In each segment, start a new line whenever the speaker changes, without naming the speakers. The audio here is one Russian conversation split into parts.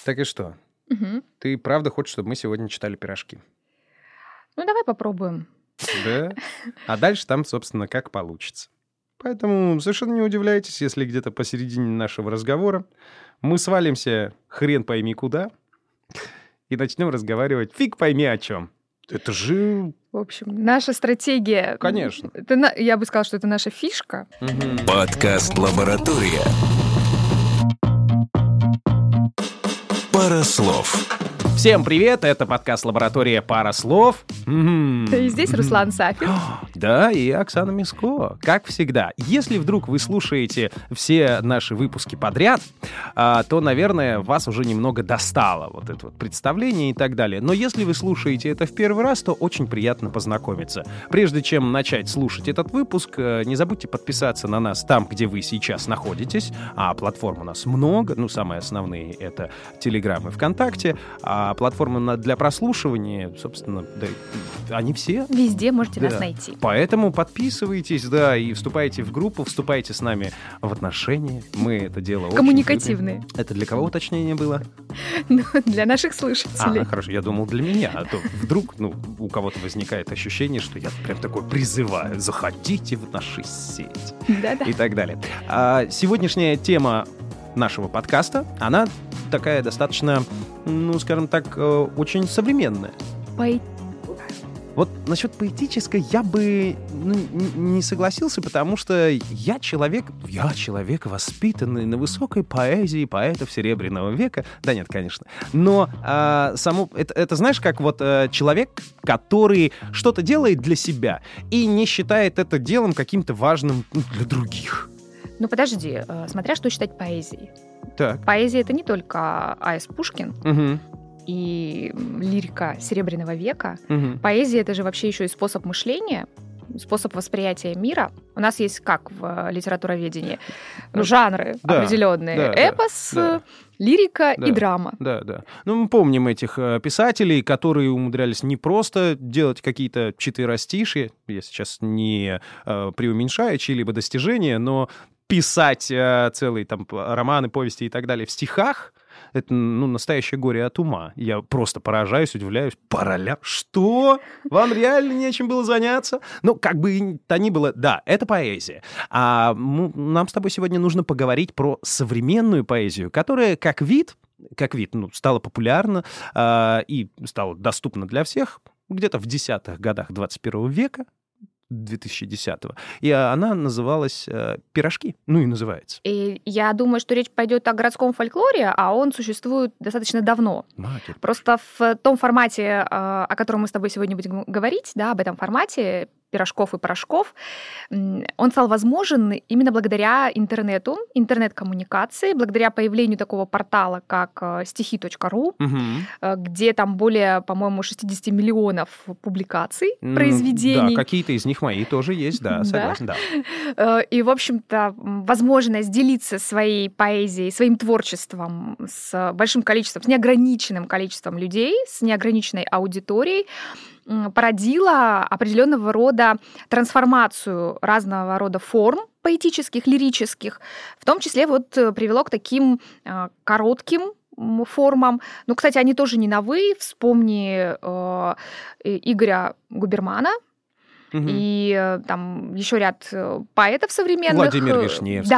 Так и что?
Мгм.
Ты правда хочешь, чтобы мы сегодня читали пирожки?
Ну, давай попробуем.
Да? А дальше там, собственно, как получится. Поэтому совершенно не удивляйтесь, если где-то посередине нашего разговора мы свалимся хрен пойми куда и начнем разговаривать фиг пойми о чем. Это же...
В общем, наша стратегия...
Конечно.
Я бы сказала, что это наша фишка.
Подкаст «Лаборатория». Пара слов.
Всем привет, это подкаст «Лаборатория. Пара слов».
И здесь Руслан Сафин.
Да, и Оксана Миско, как всегда. Если вдруг вы слушаете все наши выпуски подряд, то, наверное, вас уже немного достало вот это вот представление и так далее. Но если вы слушаете это в первый раз, то очень приятно познакомиться. Прежде чем начать слушать этот выпуск, не забудьте подписаться на нас там, где вы сейчас находитесь. А платформ у нас много, самые основные — это Telegram и ВКонтакте. А платформы для прослушивания, собственно, да, они все.
Везде можете
Да.
нас найти.
Поэтому подписывайтесь, да, и вступайте в группу, вступайте с нами в отношения. Мы это дело очень
Коммуникативные.
любим. Это для кого уточнение было?
Ну, для наших слушателей.
Хорошо, я думал для меня. А то вдруг, у кого-то возникает ощущение, что я прям такой призываю: заходите в наши сети.
Да-да.
И так далее. Сегодняшняя тема нашего подкаста, она такая достаточно, скажем так, очень современная. Вот насчет поэтической я бы не согласился, потому что я человек воспитанный на высокой поэзии поэтов Серебряного века. Да нет, конечно. Но это знаешь, как вот человек, который что-то делает для себя и не считает это делом каким-то важным для других.
Ну, подожди, смотря что считать поэзией.
Так.
Поэзия — это не только А.С. Пушкин
Угу.
и лирика Серебряного века.
Угу.
Поэзия — это же вообще еще и способ мышления, способ восприятия мира. У нас есть, как в литературоведении, жанры определенные.
да,
Эпос,
да.
лирика
Да.
и драма.
Да. Мы помним этих писателей, которые умудрялись не просто делать какие-то четверостишие, я сейчас не преуменьшаю чьи-либо достижения, но писать целые там романы, повести и так далее в стихах. Это, настоящее горе от ума. Я просто поражаюсь, удивляюсь. Что? Вам реально нечем было заняться? Как бы то ни было, да, это поэзия. А нам с тобой сегодня нужно поговорить про современную поэзию, которая как вид, стала популярна и стала доступна для всех где-то в 10-х годах 21 века, 2010-го. И она называлась «Пирожки». И называется.
И я думаю, что речь пойдет о городском фольклоре, а он существует достаточно давно.
Матерь.
Просто в том формате, о котором мы с тобой сегодня будем говорить, да, об этом формате пирожков и порошков, он стал возможен именно благодаря интернету, интернет-коммуникации, благодаря появлению такого портала, как стихи.ру, где там более, по-моему, 60 миллионов публикаций, произведений.
Да, какие-то из них мои тоже есть, да, согласен, да.
И, в общем-то, возможность делиться своей поэзией, своим творчеством с большим количеством, с неограниченным количеством людей, с неограниченной аудиторией, породила определенного рода трансформацию разного рода форм поэтических, лирических, в том числе привело к таким коротким формам. Кстати, они тоже не новые. Вспомни Игоря Губермана, и там еще ряд поэтов современных.
Владимир Вишневский.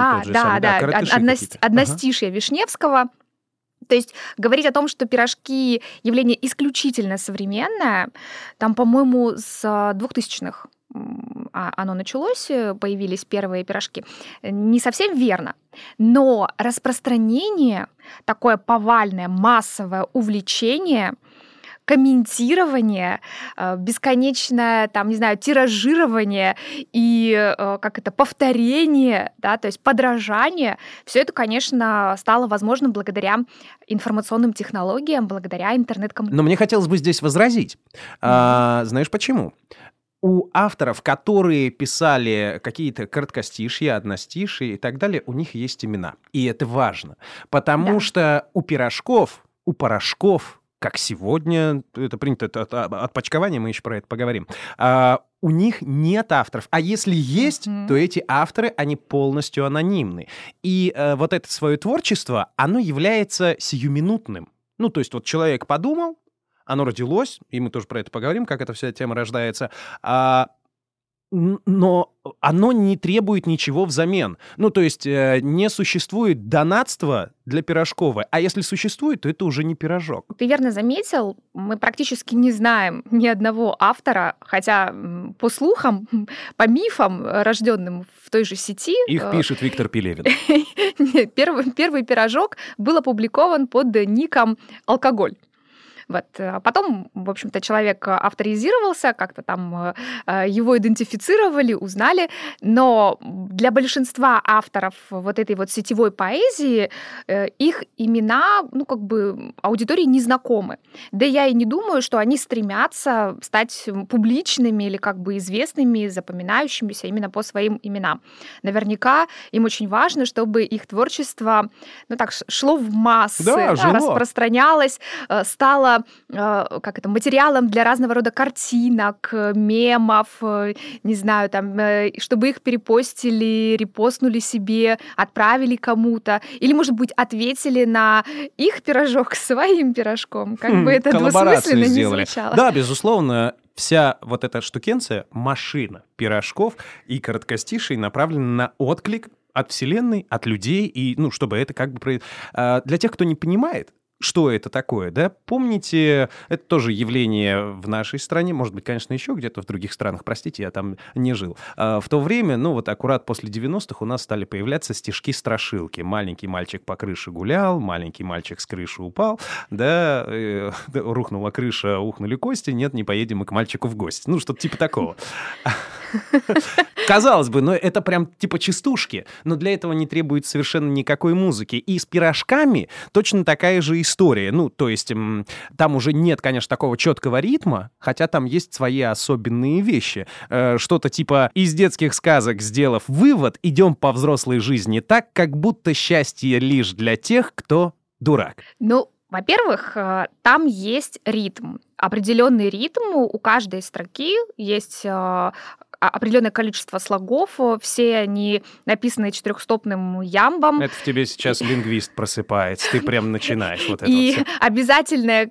Одностишие Вишневского. То есть говорить о том, что пирожки — явление исключительно современное, там, по-моему, с 2000-х оно началось, появились первые пирожки, не совсем верно. Но распространение, такое повальное, массовое увлечение, комментирование, бесконечное, тиражирование и повторение, да, то есть подражание, все это, конечно, стало возможным благодаря информационным технологиям, благодаря интернет-коммуникациям.
Но мне хотелось бы здесь возразить. Знаешь почему? У авторов, которые писали какие-то короткостишья, одностишья и так далее, у них есть имена. И это важно. Потому что у пирожков, у порошков, как сегодня это принято, отпочкование, мы еще про это поговорим, у них нет авторов. А если есть, то эти авторы, они полностью анонимны. И вот это свое творчество, оно является сиюминутным. Ну, то есть вот человек подумал, оно родилось, и мы тоже про это поговорим, как эта вся тема рождается, но оно не требует ничего взамен. Ну, то есть не существует донатства для пирожковой, а если существует, то это уже не пирожок.
Ты верно заметил, мы практически не знаем ни одного автора, хотя по слухам, по мифам, рожденным в той же сети...
Их пишет Виктор Пелевин.
Первый пирожок был опубликован под ником «Алкоголь». Вот. А потом, в общем-то, человек авторизировался, как-то там его идентифицировали, узнали, но для большинства авторов вот этой вот сетевой поэзии их имена, ну, как бы аудитории не знакомы. Да я и не думаю, что они стремятся стать публичными или как бы известными, запоминающимися именно по своим именам. Наверняка им очень важно, чтобы их творчество, ну, так, шло в массы, да, распространялось, стало материалом для разного рода картинок, мемов, не знаю, там, чтобы их перепостили, репостнули себе, отправили кому-то, или, может быть, ответили на их пирожок своим пирожком, как бы это двусмысленно не звучало.
Да, безусловно, вся вот эта штукенция, машина пирожков и короткостишей направлена на отклик от вселенной, от людей, и, ну, чтобы это как бы... Для тех, кто не понимает, что это такое, да? Помните, это тоже явление в нашей стране, может быть, конечно, еще где-то в других странах, простите, я там не жил. В то время, ну вот аккурат после 90-х у нас стали появляться стишки-страшилки. Маленький мальчик по крыше гулял, маленький мальчик с крыши упал, да, рухнула крыша, ухнули кости, нет, не поедем мы к мальчику в гости. Ну, что-то типа такого. Казалось бы, но это прям типа частушки, но для этого не требуется совершенно никакой музыки. И с пирожками точно такая же история. Ну, то есть там уже нет, конечно, такого четкого ритма, хотя там есть свои особенные вещи. Что-то типа из детских сказок, сделав вывод, идем по взрослой жизни так, как будто счастье лишь для тех, кто дурак.
Ну, во-первых, там есть ритм. Определенный ритм у каждой строки есть определенное количество слогов, все они написаны четырехстопным ямбом.
Это в тебе сейчас лингвист просыпается, ты прям начинаешь вот это.
И
вот
обязательное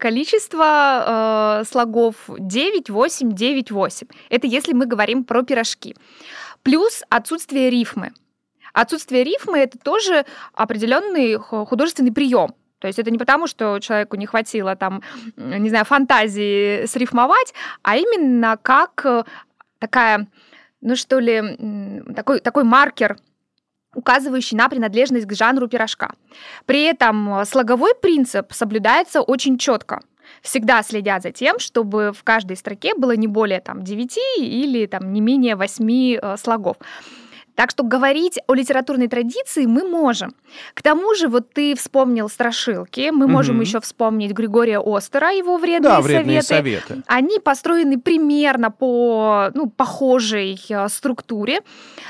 количество слогов 9, 8, 9, 8. Это если мы говорим про пирожки. Плюс отсутствие рифмы. Отсутствие рифмы — это тоже определенный художественный прием. То есть это не потому, что человеку не хватило там, не знаю, фантазии срифмовать, а именно как такая, ну что ли, такой маркер, указывающий на принадлежность к жанру пирожка. При этом слоговой принцип соблюдается очень четко. Всегда следят за тем, чтобы в каждой строке было не более там, 9 или там, не менее 8 слогов. Так что говорить о литературной традиции мы можем. К тому же, вот ты вспомнил страшилки, мы можем еще вспомнить Григория Остера, его «Вредные советы». Они построены примерно по похожей структуре.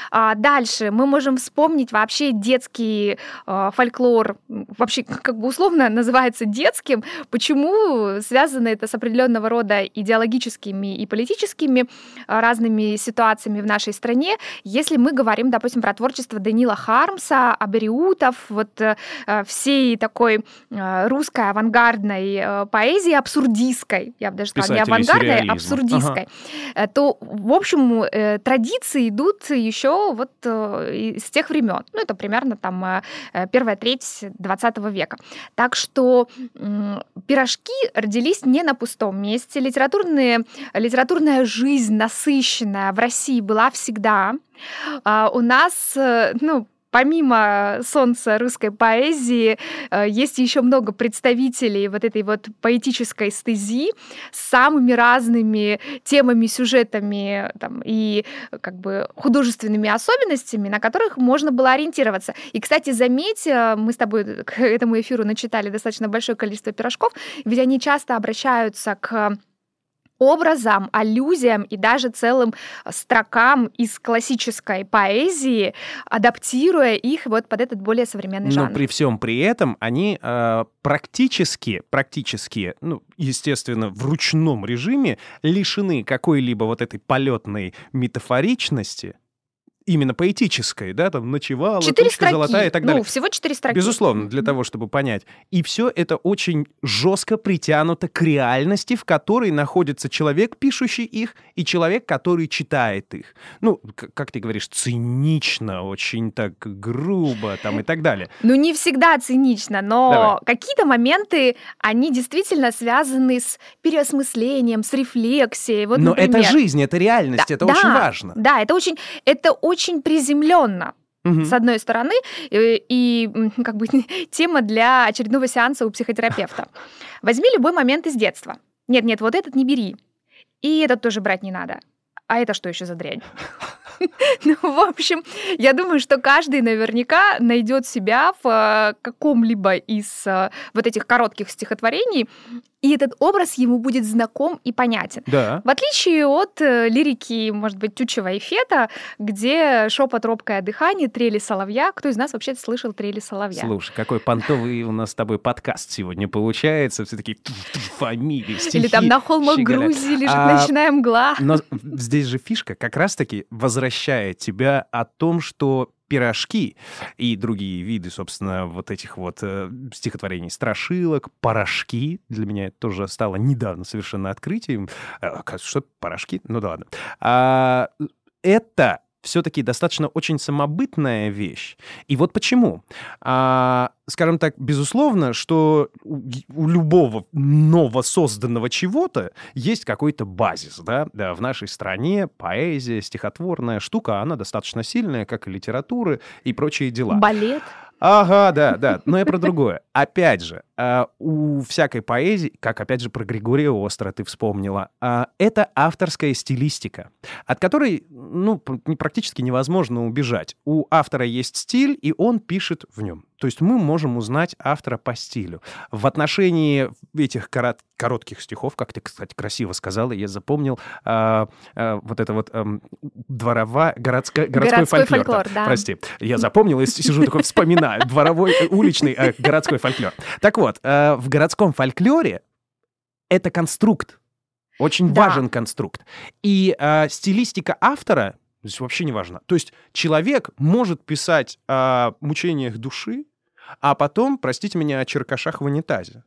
Дальше мы можем вспомнить вообще детский фольклор, вообще как бы условно называется детским. Почему? Связано это с определенного рода идеологическими и политическими разными ситуациями в нашей стране. Если мы говорим, допустим, про творчество Даниила Хармса, Абериутов, вот всей такой русской авангардной поэзии, абсурдистской, я бы даже сказала, не авангардной, а абсурдистской, то, в общем, традиции идут еще вот с тех времен. Ну, это примерно там первая треть 20 века. Так что пирожки родились не на пустом месте. Литературная жизнь насыщенная в России была всегда. У нас, помимо солнца русской поэзии, есть еще много представителей вот этой вот поэтической стези с самыми разными темами, сюжетами там, и как бы художественными особенностями, на которых можно было ориентироваться. И, кстати, заметь, мы с тобой к этому эфиру начитали достаточно большое количество пирожков, ведь они часто обращаются к образам, аллюзиям и даже целым строкам из классической поэзии, адаптируя их вот под этот более современный жанр.
Но при всем при этом они практически, естественно, в ручном режиме лишены какой-либо вот этой полетной метафоричности именно поэтической, да, там ночевала,
4
тучка
строки.
золотая и так далее.
Ну, всего 4 строки.
Безусловно, для того, чтобы понять. И все это очень жестко притянуто к реальности, в которой находится человек, пишущий их, и человек, который читает их. Ну, как ты говоришь, цинично, очень так грубо там и так далее.
Ну, не всегда цинично, но
Давай.
какие-то моменты, они действительно связаны с переосмыслением, с рефлексией. Вот,
Но
например.
это жизнь, это реальность, это очень важно.
Да, это очень приземленно.
Мгм.
С одной стороны, и как бы тема для очередного сеанса у психотерапевта. Возьми любой момент из детства. Нет, вот этот не бери. И этот тоже брать не надо. А это что еще за дрянь? Ну, в общем, я думаю, что каждый наверняка найдет себя в каком-либо из вот этих коротких стихотворений, и этот образ ему будет знаком и понятен.
Да.
В отличие от лирики, может быть, Тютчева и Фета, где шепот, робкое дыхание, трели соловья. Кто из нас вообще слышал трели соловья?
Слушай, какой понтовый у нас с тобой подкаст сегодня получается. Все такие фамилии, стихи.
Или там на холмах
щеголяют.
Грузии лежит ночная мгла.
Но здесь же фишка как раз-таки возвращает тебя о том, что пирожки и другие виды, собственно, вот этих вот стихотворений, страшилок, порошки. Для меня это тоже стало недавно совершенно открытием. Что порошки? Ну да ладно. Это все-таки достаточно очень самобытная вещь. И вот почему. Скажем так, безусловно, что у любого новосозданного чего-то есть какой-то базис. Да? Да, в нашей стране поэзия, стихотворная штука, она достаточно сильная, как и литература и прочие дела.
Балет.
Ага, да, но я про другое. Опять же, у всякой поэзии, как опять же про Григория Остра ты вспомнила, это авторская стилистика, от которой, ну, практически невозможно убежать. У автора есть стиль, и он пишет в нем. То есть мы можем узнать автора по стилю. В отношении этих коротких стихов, как ты, кстати, красиво сказала, я запомнил вот это вот городской фольклор.
Да.
Прости, я запомнил и сижу такой вспоминаю. Дворовой, уличный, городской фольклор. Так вот, в городском фольклоре это конструкт. Очень важен конструкт. И стилистика автора здесь вообще не важна. То есть человек может писать о мучениях души, а потом, простите меня, о черкашах в унитазе.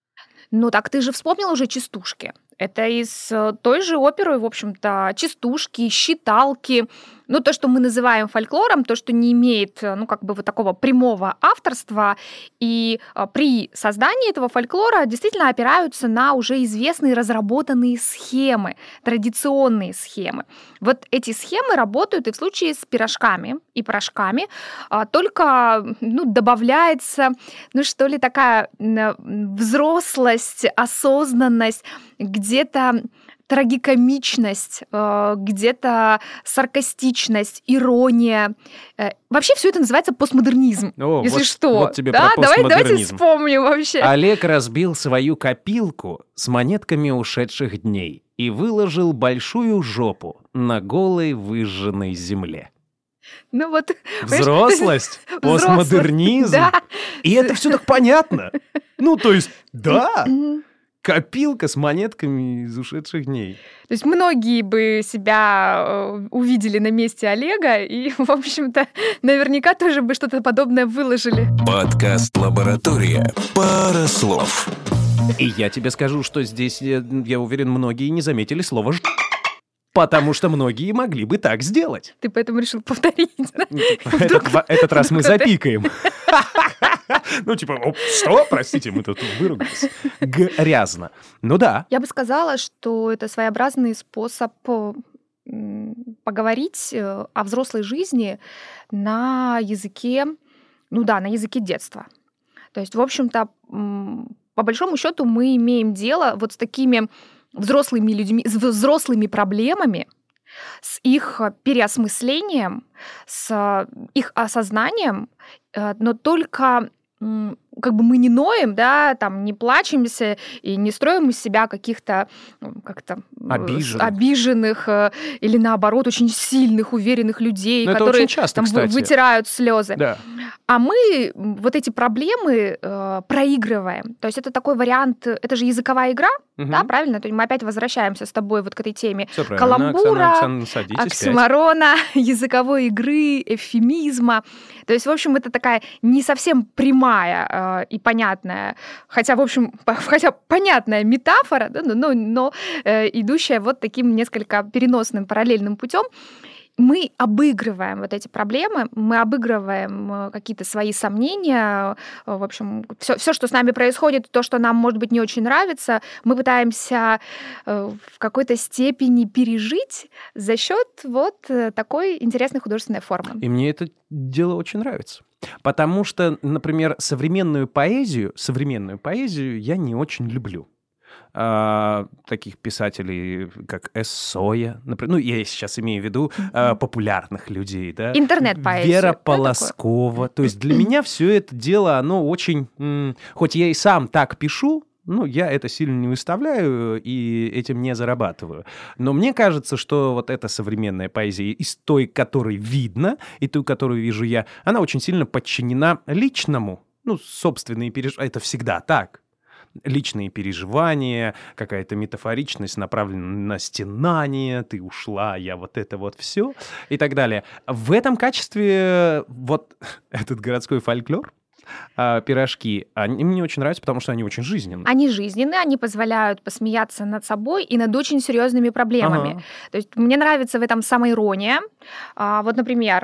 Ну так ты же вспомнил уже частушки. Это из той же оперы, в общем-то, частушки, считалки. Ну, то, что мы называем фольклором, то, что не имеет, ну, как бы вот такого прямого авторства. И при создании этого фольклора действительно опираются на уже известные разработанные схемы, традиционные схемы. Вот эти схемы работают и в случае с пирожками и порошками, только, ну, добавляется, ну, что ли, такая взрослость, осознанность, где-то трагикомичность, где-то саркастичность, ирония. Вообще все это называется постмодернизм, если
вот,
что.
Вот тебе
да,
про постмодернизм.
давайте вспомним вообще.
Олег разбил свою копилку с монетками ушедших дней и выложил большую жопу на голой выжженной земле.
Ну вот,
взрослость, постмодернизм.
Да.
И это все так понятно. Ну, то есть, да, копилка с монетками из ушедших дней.
То есть многие бы себя увидели на месте Олега и, в общем-то, наверняка тоже бы что-то подобное выложили.
Подкаст «Лаборатория». Пара слов.
И я тебе скажу, что здесь, я уверен, многие не заметили слова «ж**». Потому что многие могли бы так сделать.
Ты поэтому решил повторить.
Этот раз мы запикаем. Ну, типа, что? Простите, мы тут выругались. Грязно. Ну да.
Я бы сказала, что это своеобразный способ поговорить о взрослой жизни на языке, ну да, на языке детства. То есть, в общем-то, по большому счету мы имеем дело вот с такими взрослыми людьми, с взрослыми проблемами, с их переосмыслением, с их осознанием, но только как бы мы не ноем, да, там не плачемся и не строим из себя каких-то как-то обиженных или наоборот очень сильных, уверенных людей, которые
часто,
там вытирают слезы.
Да.
А мы вот эти проблемы проигрываем. То есть это такой вариант, это же языковая игра, да, правильно? То есть мы опять возвращаемся с тобой вот к этой теме каламбура, оксюморона, языковой игры, эвфемизма. То есть, в общем, это такая не совсем прямая и понятная, хотя понятная метафора, да, но идущая вот таким несколько переносным параллельным путем. Мы обыгрываем вот эти проблемы, мы обыгрываем какие-то свои сомнения, в общем, все, что с нами происходит, то, что нам, может быть, не очень нравится, мы пытаемся в какой-то степени пережить за счет вот такой интересной художественной формы.
И мне это дело очень нравится. Потому что, например, современную поэзию я не очень люблю. Таких писателей, как Эссоя, например, я сейчас имею в виду популярных людей, да?
Интернет-поэзия.
Вера Полоскова. То есть для меня все это дело, оно очень... Хоть я и сам так пишу, я это сильно не выставляю и этим не зарабатываю. Но мне кажется, что вот эта современная поэзия, из той, которой видно, и ту, которую вижу я, она очень сильно подчинена личному. Собственные переживания. Это всегда так. Личные переживания, какая-то метафоричность, направленная на стенание, ты ушла, я вот это вот все и так далее. В этом качестве вот этот городской фольклор, пирожки, они мне очень нравятся, потому что они очень жизненные.
Они жизненные, они позволяют посмеяться над собой и над очень серьезными проблемами. Ага. То есть мне нравится в этом самоирония. Вот, например,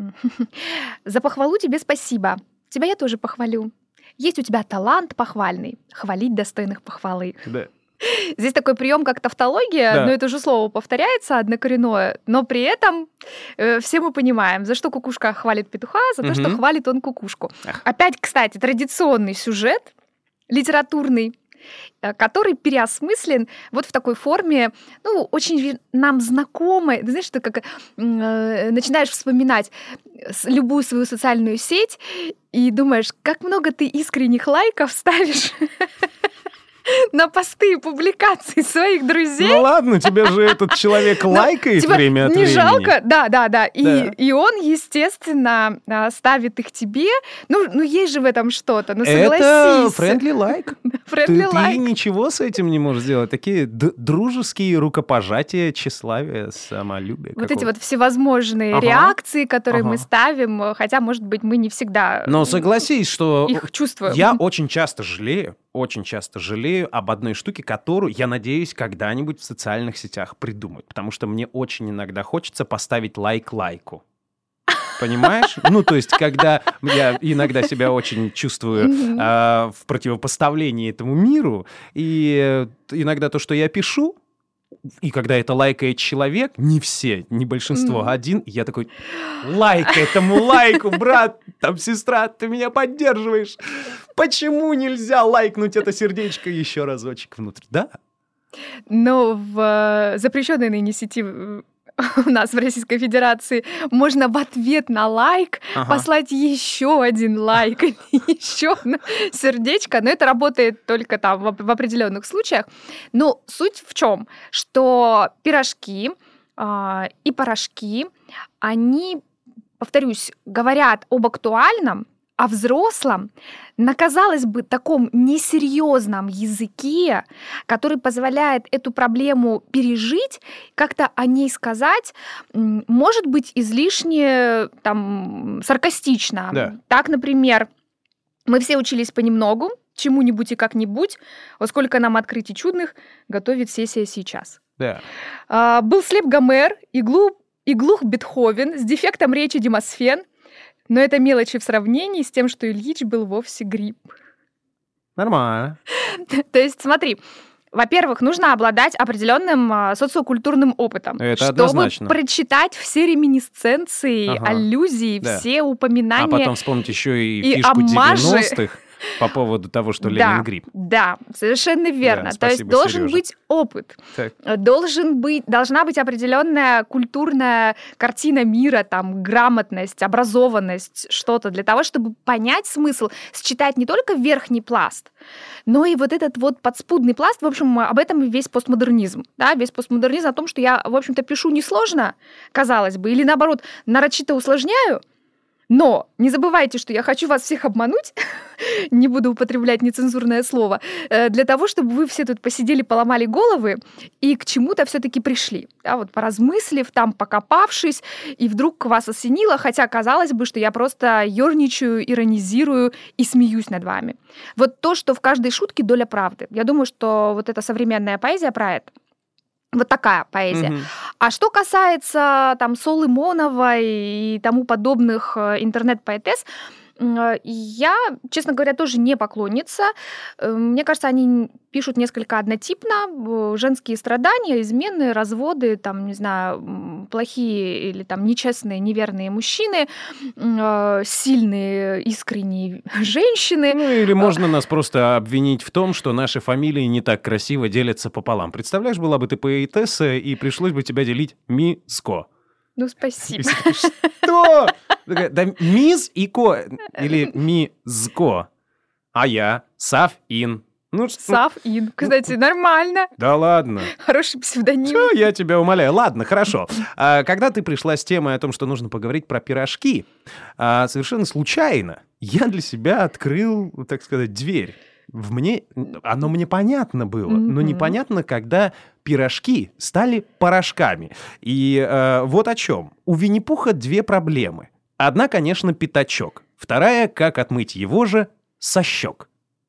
«За похвалу тебе спасибо. Тебя я тоже похвалю. Есть у тебя талант похвальный, хвалить достойных похвалы».
Да.
Здесь такой прием, как тавтология,
да.
Но это же слово повторяется однокоренное, но при этом все мы понимаем, за что кукушка хвалит петуха, за то, что хвалит он кукушку. Опять, кстати, традиционный сюжет литературный, который переосмыслен вот в такой форме, очень нам знакомой. Ты знаешь, что как начинаешь вспоминать любую свою социальную сеть и думаешь, как много ты искренних лайков ставишь на посты и публикации своих друзей.
Ладно, тебе же этот человек лайкает время от времени.
Не жалко, да. И он, естественно, ставит их тебе. Есть же в этом что-то, согласись.
Это friendly like. Ты
like.
ничего с этим не можешь сделать. Такие дружеские рукопожатия, тщеславие, самолюбие.
Вот эти вот всевозможные реакции, которые мы ставим, хотя, может быть, мы не всегда
Но согласись, что
их чувствуем.
Я очень часто жалею об одной штуке, которую, я надеюсь, когда-нибудь в социальных сетях придумают. Потому что мне очень иногда хочется поставить лайк лайку. Понимаешь? То есть, когда я иногда себя очень чувствую в противопоставлении этому миру, и иногда то, что я пишу, и когда это лайкает человек, не все, не большинство, один, я такой, лайк этому лайку, брат, там, сестра, ты меня поддерживаешь. Почему нельзя лайкнуть это сердечко еще разочек внутрь, да?
Но в запрещенной ныне сети у нас в Российской Федерации можно в ответ на лайк послать еще один лайк, еще одно сердечко, но это работает только там в определенных случаях. Но суть в чем? Что пирожки и порошки, они, повторюсь, говорят об актуальном, о взрослом, на, казалось бы, таком несерьезном языке, который позволяет эту проблему пережить, как-то о ней сказать, может быть, излишне саркастично.
Да.
Так, например, мы все учились понемногу, чему-нибудь и как-нибудь, во сколько нам открытий чудных готовит сессия сейчас.
Да.
Был слеп Гомер и глух Бетховен, с дефектом речи Демосфен, но это мелочи в сравнении с тем, что Ильич был вовсе гриб.
Нормально.
То есть, смотри, во-первых, нужно обладать определенным социокультурным опытом,
это
чтобы
однозначно
прочитать все реминисценции, аллюзии, все упоминания.
А потом вспомнить еще и фишку 90-х. по поводу того, что Ленин гриб.
Да, совершенно верно.
Да,
То есть
спасибо,
должен
Сережа.
быть опыт,
Так.
должна быть определенная культурная картина мира, там, грамотность, образованность, что-то для того, чтобы понять смысл, считать не только верхний пласт, но и вот этот вот подспудный пласт. В общем, об этом и весь постмодернизм. Да? Весь постмодернизм о том, что я, в общем-то, пишу несложно, казалось бы, или наоборот, нарочито усложняю. Но не забывайте, что я хочу вас всех обмануть, не буду употреблять нецензурное слово, для того, чтобы вы все тут посидели, поломали головы и к чему-то все-таки пришли. Да, вот поразмыслив, там покопавшись, и вдруг вас осенило, хотя казалось бы, что я просто ерничаю, иронизирую и смеюсь над вами. Вот то, что в каждой шутке доля правды. Я думаю, что вот эта современная поэзия про это. Вот такая поэзия. А что касается там Солы Моновой и тому подобных интернет-поэтесс, я, честно говоря, тоже не поклонница. Мне кажется, они пишут несколько однотипно. Женские страдания, измены, разводы, там, не знаю, плохие или там нечестные, неверные мужчины, сильные, искренние женщины.
Ну, или можно нас просто обвинить в том, что наши фамилии не так красиво делятся пополам. Представляешь, была бы ты поэтесса, и пришлось бы тебя делить Миско.
Ну, спасибо.
Что? Да Мис и Ко. Или Мизко. А я Сафин. Ну,
Сафин. Кстати, нормально.
Да ладно.
Хороший псевдоним.
Чё, я тебя умоляю. Ладно, хорошо. Когда ты пришла с темой о том, что нужно поговорить про пирожки, совершенно случайно я для себя открыл, так сказать, дверь. Оно мне понятно было, но непонятно, когда пирожки стали порошками. И вот о чем. У Винни-Пуха две проблемы. Одна, конечно, пятачок. Вторая, как отмыть его же со щек.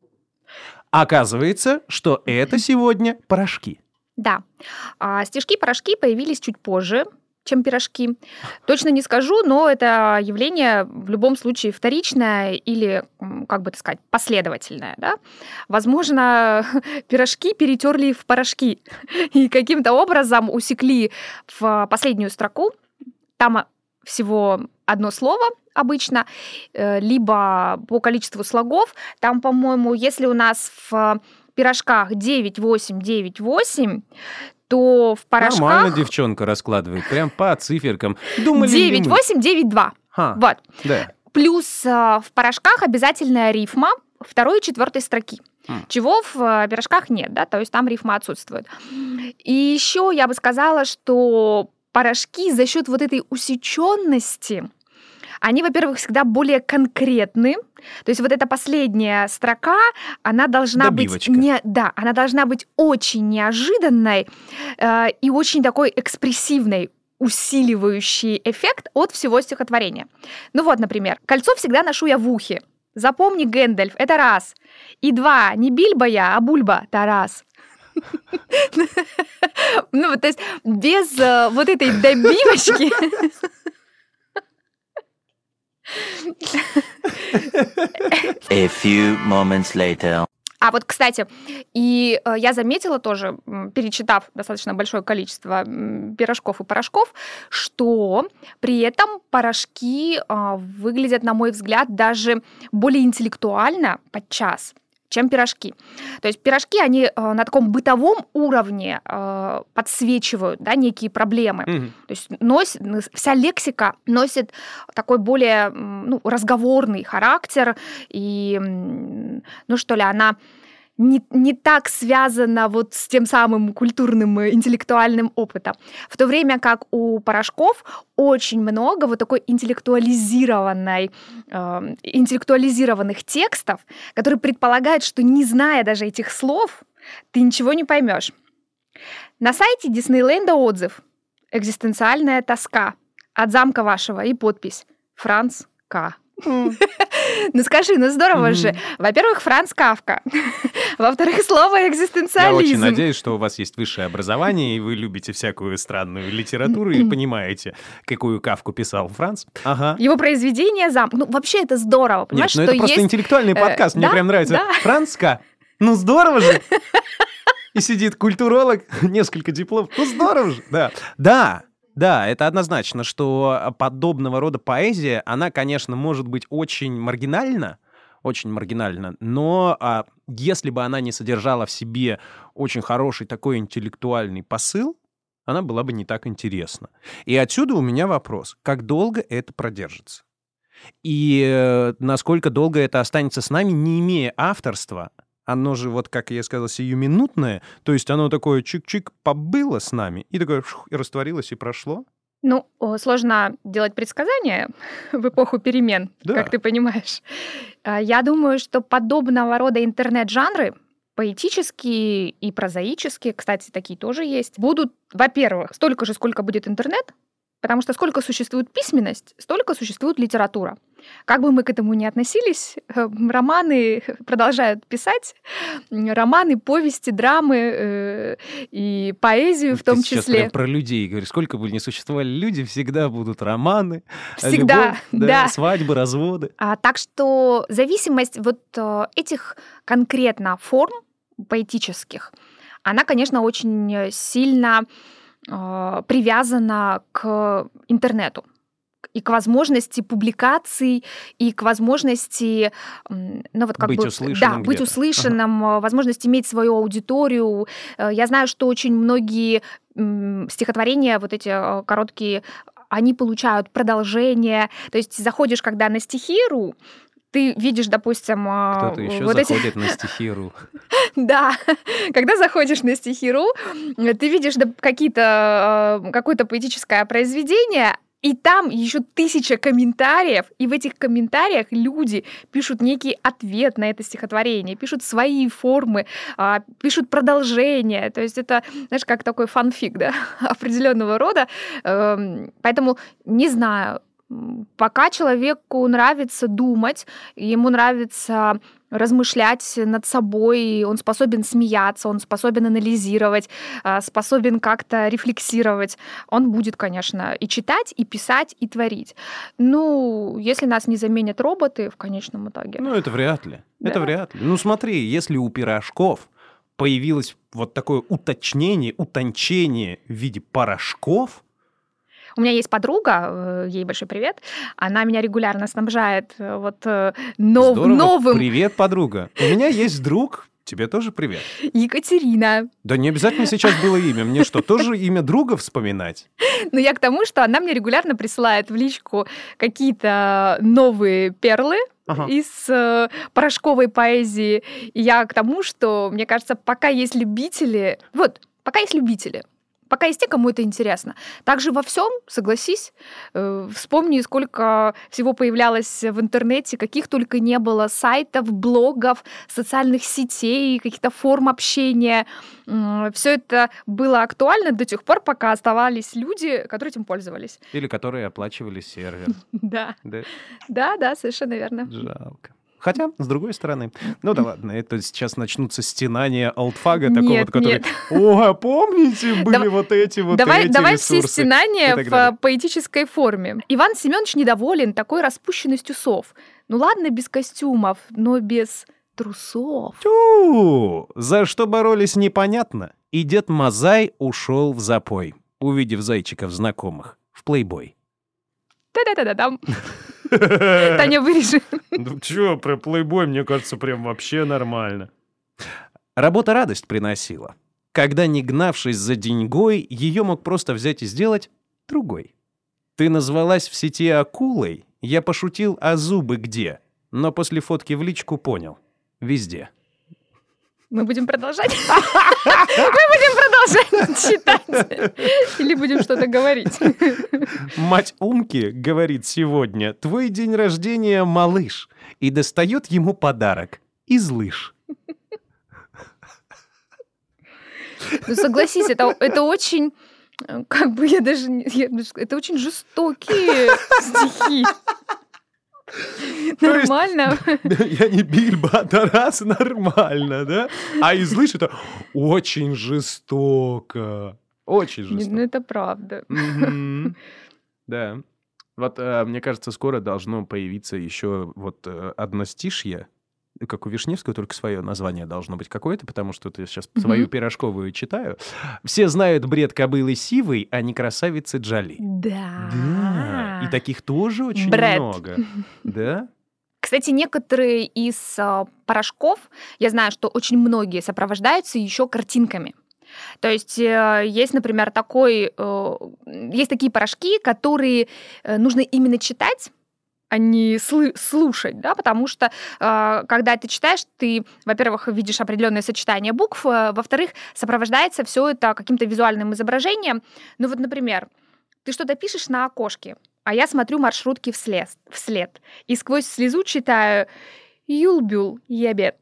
Оказывается, что это сегодня порошки.
Да. Стишки-порошки появились чуть позже, чем пирожки. Точно не скажу, но это явление в любом случае вторичное или, как бы так сказать, последовательное. Да? Возможно, пирожки перетерли в порошки и каким-то образом усекли в последнюю строку. Там всего одно слово обычно, либо по количеству слогов. Там, по-моему, если у нас в пирожках 9, 8, 9, 8, то в порошках...
Нормально девчонка раскладывает, прям по циферкам. Думали
9, 8, 9, 2. Вот.
Да.
Плюс в порошках обязательная рифма второй и четвертой строки. Чего в пирожках нет, да, то есть там рифма отсутствует. И еще я бы сказала, что порошки за счет вот этой усеченности, они, во-первых, всегда более конкретны. То есть вот эта последняя строка, она должна быть она должна быть очень неожиданной и очень такой экспрессивной, усиливающий эффект от всего стихотворения. Ну вот, например, «Кольцо всегда ношу я в ухе. Запомни, Гэндальф, это раз. И два, не Бильбо я, а Бульба, Тарас». Ну, то есть без вот этой добивочки...
A few moments later.
А вот, кстати, и я заметила тоже, перечитав достаточно большое количество пирожков и порошков, что при этом порошки выглядят, на мой взгляд, даже более интеллектуально подчас, чем пирожки. То есть пирожки, они на таком бытовом уровне подсвечивают, да, некие проблемы. То есть вся лексика носит такой более разговорный характер, и, она не так связана вот с тем самым культурным интеллектуальным опытом. В то время как у порошков очень много вот такой интеллектуализированных текстов, которые предполагают, что, не зная даже этих слов, ты ничего не поймешь. На сайте Диснейленда отзыв: «Экзистенциальная тоска. От замка вашего» и подпись «Франц К». Ну скажи, здорово же. Во-первых, Франц Кафка. Во-вторых, слово экзистенциализм.
Я очень надеюсь, что у вас есть высшее образование, и вы любите всякую странную литературу и понимаете, какую Кафку писал Франц. Ага.
Его произведение вообще это здорово.
Нет, это просто интеллектуальный подкаст. Мне прям нравится. Франц К. Ну здорово же. И сидит культуролог, несколько дипломов. Ну здорово же. Да, это однозначно, что подобного рода поэзия, она, конечно, может быть очень маргинальна, очень маргинально. Но если бы она не содержала в себе очень хороший такой интеллектуальный посыл, она была бы не так интересна. И отсюда у меня вопрос. Как долго это продержится? И насколько долго это останется с нами, не имея авторства? Оно же, вот как я сказал, сиюминутное. То есть оно такое чик-чик побыло с нами, и такое и растворилось, и прошло.
Ну, сложно делать предсказания в эпоху перемен,
Да.
как ты понимаешь. Я думаю, что подобного рода интернет-жанры, поэтические и прозаические, кстати, такие тоже есть, будут, во-первых, столько же, сколько будет интернет, потому что сколько существует письменность, столько существует литература. Как бы мы к этому ни относились, романы продолжают писать, романы, повести, драмы и поэзию в том
Ты сейчас
числе.
прям про людей говоришь. Сколько бы ни существовали люди, всегда будут романы,
Всегда,
любовь,
да.
свадьбы, разводы.
Так что зависимость вот этих конкретно форм поэтических, она, конечно, очень сильно привязана к интернету и к возможности публикаций, и к возможности
Быть услышанным
быть
где-то.
услышанным, возможность иметь свою аудиторию. Я знаю, что очень многие стихотворения, вот эти короткие, они получают продолжение. То есть заходишь, когда на стихи.ру, ты видишь, допустим,
Кто-то еще
вот эти...
заходит на стихи.ру.
Да, когда заходишь на стихи.ру, ты видишь какое-то поэтическое произведение, и там еще 1000 комментариев, и в этих комментариях люди пишут некий ответ на это стихотворение, пишут свои формы, пишут продолжение. То есть это, знаешь, как такой фанфик, да, определенного рода. Поэтому не знаю. Пока человеку нравится думать, ему нравится размышлять над собой, он способен смеяться, он способен анализировать, способен как-то рефлексировать, он будет, конечно, и читать, и писать, и творить. Ну, если нас не заменят роботы в конечном итоге.
Ну, это вряд ли.
Да.
Это вряд ли. Ну, смотри, если у пирожков появилось вот такое утончение в виде порошков.
У меня есть подруга, ей большой привет, она меня регулярно снабжает
Здорово.
новым.
Привет, подруга. У меня есть друг, тебе тоже привет.
Екатерина.
Да не обязательно сейчас было имя. Мне что, тоже имя друга вспоминать?
Но я к тому, что она мне регулярно присылает в личку какие-то новые перлы из порошковой поэзии. И я к тому, что, мне кажется, пока есть любители... Пока есть те, кому это интересно. Также во всем, согласись, вспомни, сколько всего появлялось в интернете, каких только не было сайтов, блогов, социальных сетей, каких-то форм общения. Все это было актуально до тех пор, пока оставались люди, которые этим пользовались.
Или которые оплачивали сервер.
Да.
Да?
Да, совершенно верно.
Жалко. Хотя, с другой стороны, ну да ладно, это сейчас начнутся стенания олдфага такого,
Нет,
который,
нет.
а помните, были вот эти
Давай
ресурсы?
все стенания
и так далее.
в поэтической форме. Иван Семенович недоволен такой распущенностью сов. Ну ладно, без костюмов, но без трусов.
Тю! За что боролись, непонятно. И дед Мазай ушел в запой, увидев зайчиков знакомых в плейбой.
Та-да-да-да-дам. Таня, вырежи.
Ну чё, про плейбой, мне кажется, прям вообще нормально. Работа радость приносила. Когда, не гнавшись за деньгой, ее мог просто взять и сделать другой. Ты назвалась в сети акулой, я пошутил, а зубы где? Но после фотки в личку понял. Везде.
Мы будем продолжать? Мы будем продолжать читать? Или будем что-то говорить?
Мать Умки говорит сегодня: твой день рождения, малыш, и достает ему подарок из лыж.
Ну, согласись, это очень... Как бы я даже... Это очень жестокие стихи. Нормально.
Я не Бильбо, а Тарас, нормально, да? А из лыж это очень жестоко. Очень
Ну,
жестоко.
это правда.
Мгм. Да. Вот, мне кажется, скоро должно появиться еще вот одностишье, как у Вишневского, только свое название должно быть какое-то, потому что я сейчас свою пирожковую читаю. Все знают бред кобылы сивой, а не красавицы Джоли.
Да.
Да, и таких тоже очень
Бред.
много. Да?
Кстати, некоторые из порошков, я знаю, что очень многие сопровождаются еще картинками. То есть есть, например, есть такие порошки, которые нужно именно читать, а не слушать, да, потому что когда ты читаешь, ты, во-первых, видишь определенное сочетание букв, во-вторых, сопровождается все это каким-то визуальным изображением. Ну вот, например, ты что-то пишешь на окошке, а я смотрю маршрутки вслед и сквозь слезу читаю «Юлбюл, ебет».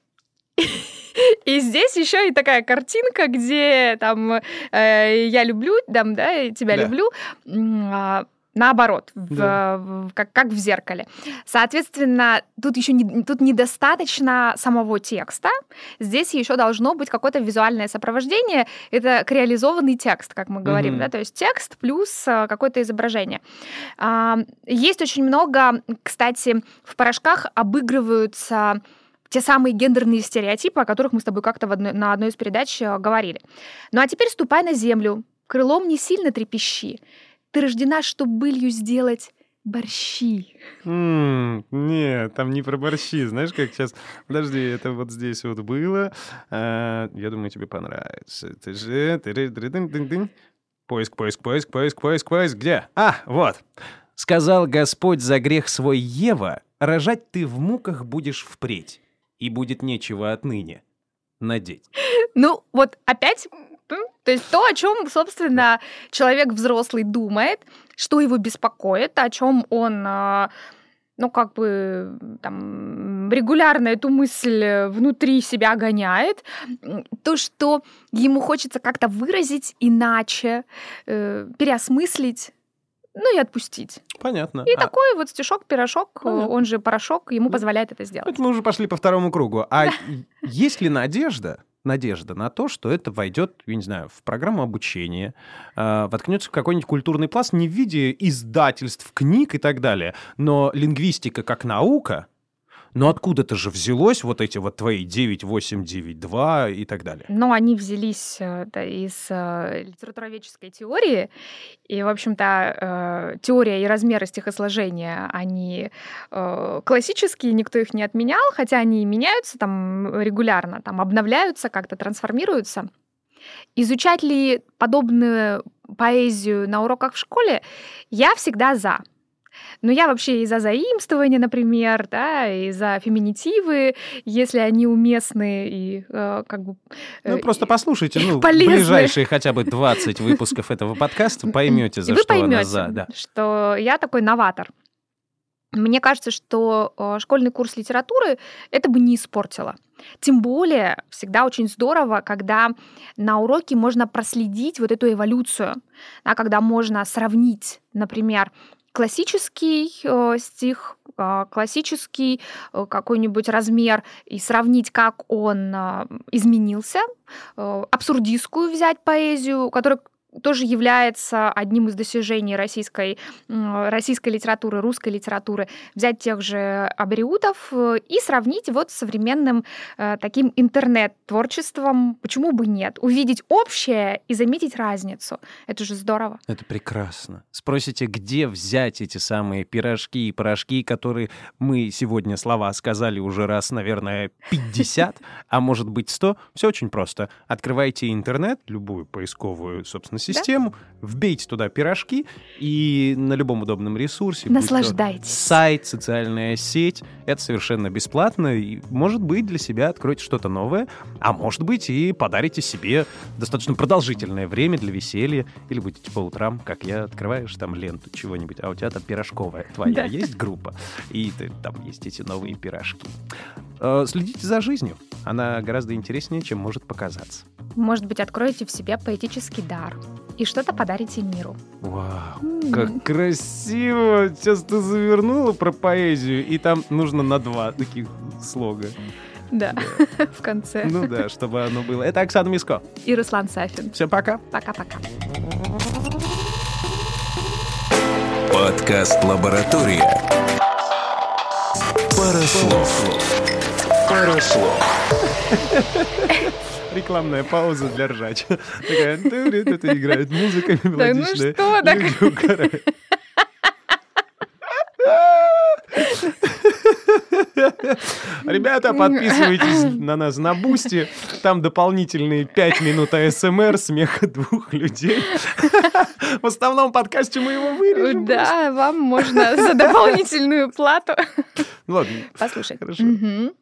И здесь еще и такая картинка, где там я люблю, там, да, тебя люблю, наоборот, как в зеркале. Соответственно, тут недостаточно самого текста. Здесь еще должно быть какое-то визуальное сопровождение. Это реализованный текст, как мы говорим, да, то есть текст плюс какое-то изображение. Есть очень много, кстати, в порошках обыгрываются те самые гендерные стереотипы, о которых мы с тобой как-то на одной из передач говорили. Ну а теперь ступай на землю, крылом не сильно трепещи. Ты рождена, чтоб былью сделать борщи.
Нет, там не про борщи. Знаешь, как сейчас... Подожди, это вот здесь вот было. Я думаю, тебе понравится. Это же... Поиск. Где? Вот. «Сказал Господь за грех свой Ева, рожать ты в муках будешь впредь, и будет нечего отныне надеть».
Ну, вот опять... То есть то, о чем, собственно, человек взрослый думает, что его беспокоит, о чем он, регулярно эту мысль внутри себя гоняет, то, что ему хочется как-то выразить иначе, переосмыслить, и отпустить.
Понятно.
И такой вот стишок-пирожок, он же порошок, ему позволяет это сделать.
Это мы уже пошли по второму кругу. А есть ли надежда на то, что это войдет, я не знаю, в программу обучения, воткнется в какой-нибудь культурный пласт не в виде издательств, книг и так далее, но лингвистика как наука, но откуда-то же взялось вот эти вот твои 9.8, 9.2 и так далее?
Ну, они взялись из литературоведческой теории, и, в общем-то, теория и размеры стихосложения, они классические, никто их не отменял, хотя они меняются там регулярно, там обновляются, как-то трансформируются. Изучать ли подобную поэзию на уроках в школе, я всегда за. Но я вообще и за заимствование, например, да, и за феминитивы, если они уместны и
просто послушайте,
полезны.
Ближайшие хотя бы 20 выпусков этого подкаста, поймете, за что она за. Да.
Что я такой новатор. Мне кажется, что школьный курс литературы это бы не испортило. Тем более всегда очень здорово, когда на уроке можно проследить вот эту эволюцию, да, когда можно сравнить, например, классический стих, классический какой-нибудь размер и сравнить, как он изменился, абсурдистскую взять поэзию, которая тоже является одним из достижений российской литературы, русской литературы, взять тех же абериутов и сравнить вот с современным таким интернет-творчеством. Почему бы нет? Увидеть общее и заметить разницу. Это же здорово.
Это прекрасно. Спросите, где взять эти самые пирожки и порошки, которые мы сегодня слова сказали уже раз, наверное, 50, а может быть 100? Все очень просто. Открывайте интернет, любую поисковую, собственно, систему, вбейте туда пирожки, и на любом удобном ресурсе,
наслаждайтесь.
Сайт, социальная сеть, это совершенно бесплатно, и, может быть, для себя откроете что-то новое, а может быть, и подарите себе достаточно продолжительное время для веселья, или будете по утрам, как я, открываешь там ленту чего-нибудь, а у тебя там пирожковая твоя есть группа, и там есть эти новые пирожки. Следите за жизнью, она гораздо интереснее, чем может показаться.
Может быть, откроете в себе поэтический дар и что-то подарите миру.
Вау, как красиво! Сейчас ты завернула про поэзию, и там нужно на 2 таких слога.
Да, в конце.
Ну да, чтобы оно было. Это Оксана Миско.
И Руслан Сафин.
Всем пока.
Пока-пока.
Подкаст «Лаборатория». Парослов.
Рекламная пауза для ржачи. Такая, играет музыка мелодичная.
Да ну что так?
Ребята, подписывайтесь на нас на Бусти. Там дополнительные 5 минут АСМР, смеха двух людей. В основном подкасте мы его вырежем.
Да, вам можно за дополнительную плату
Ладно.
послушать.
Хорошо.
Мгм.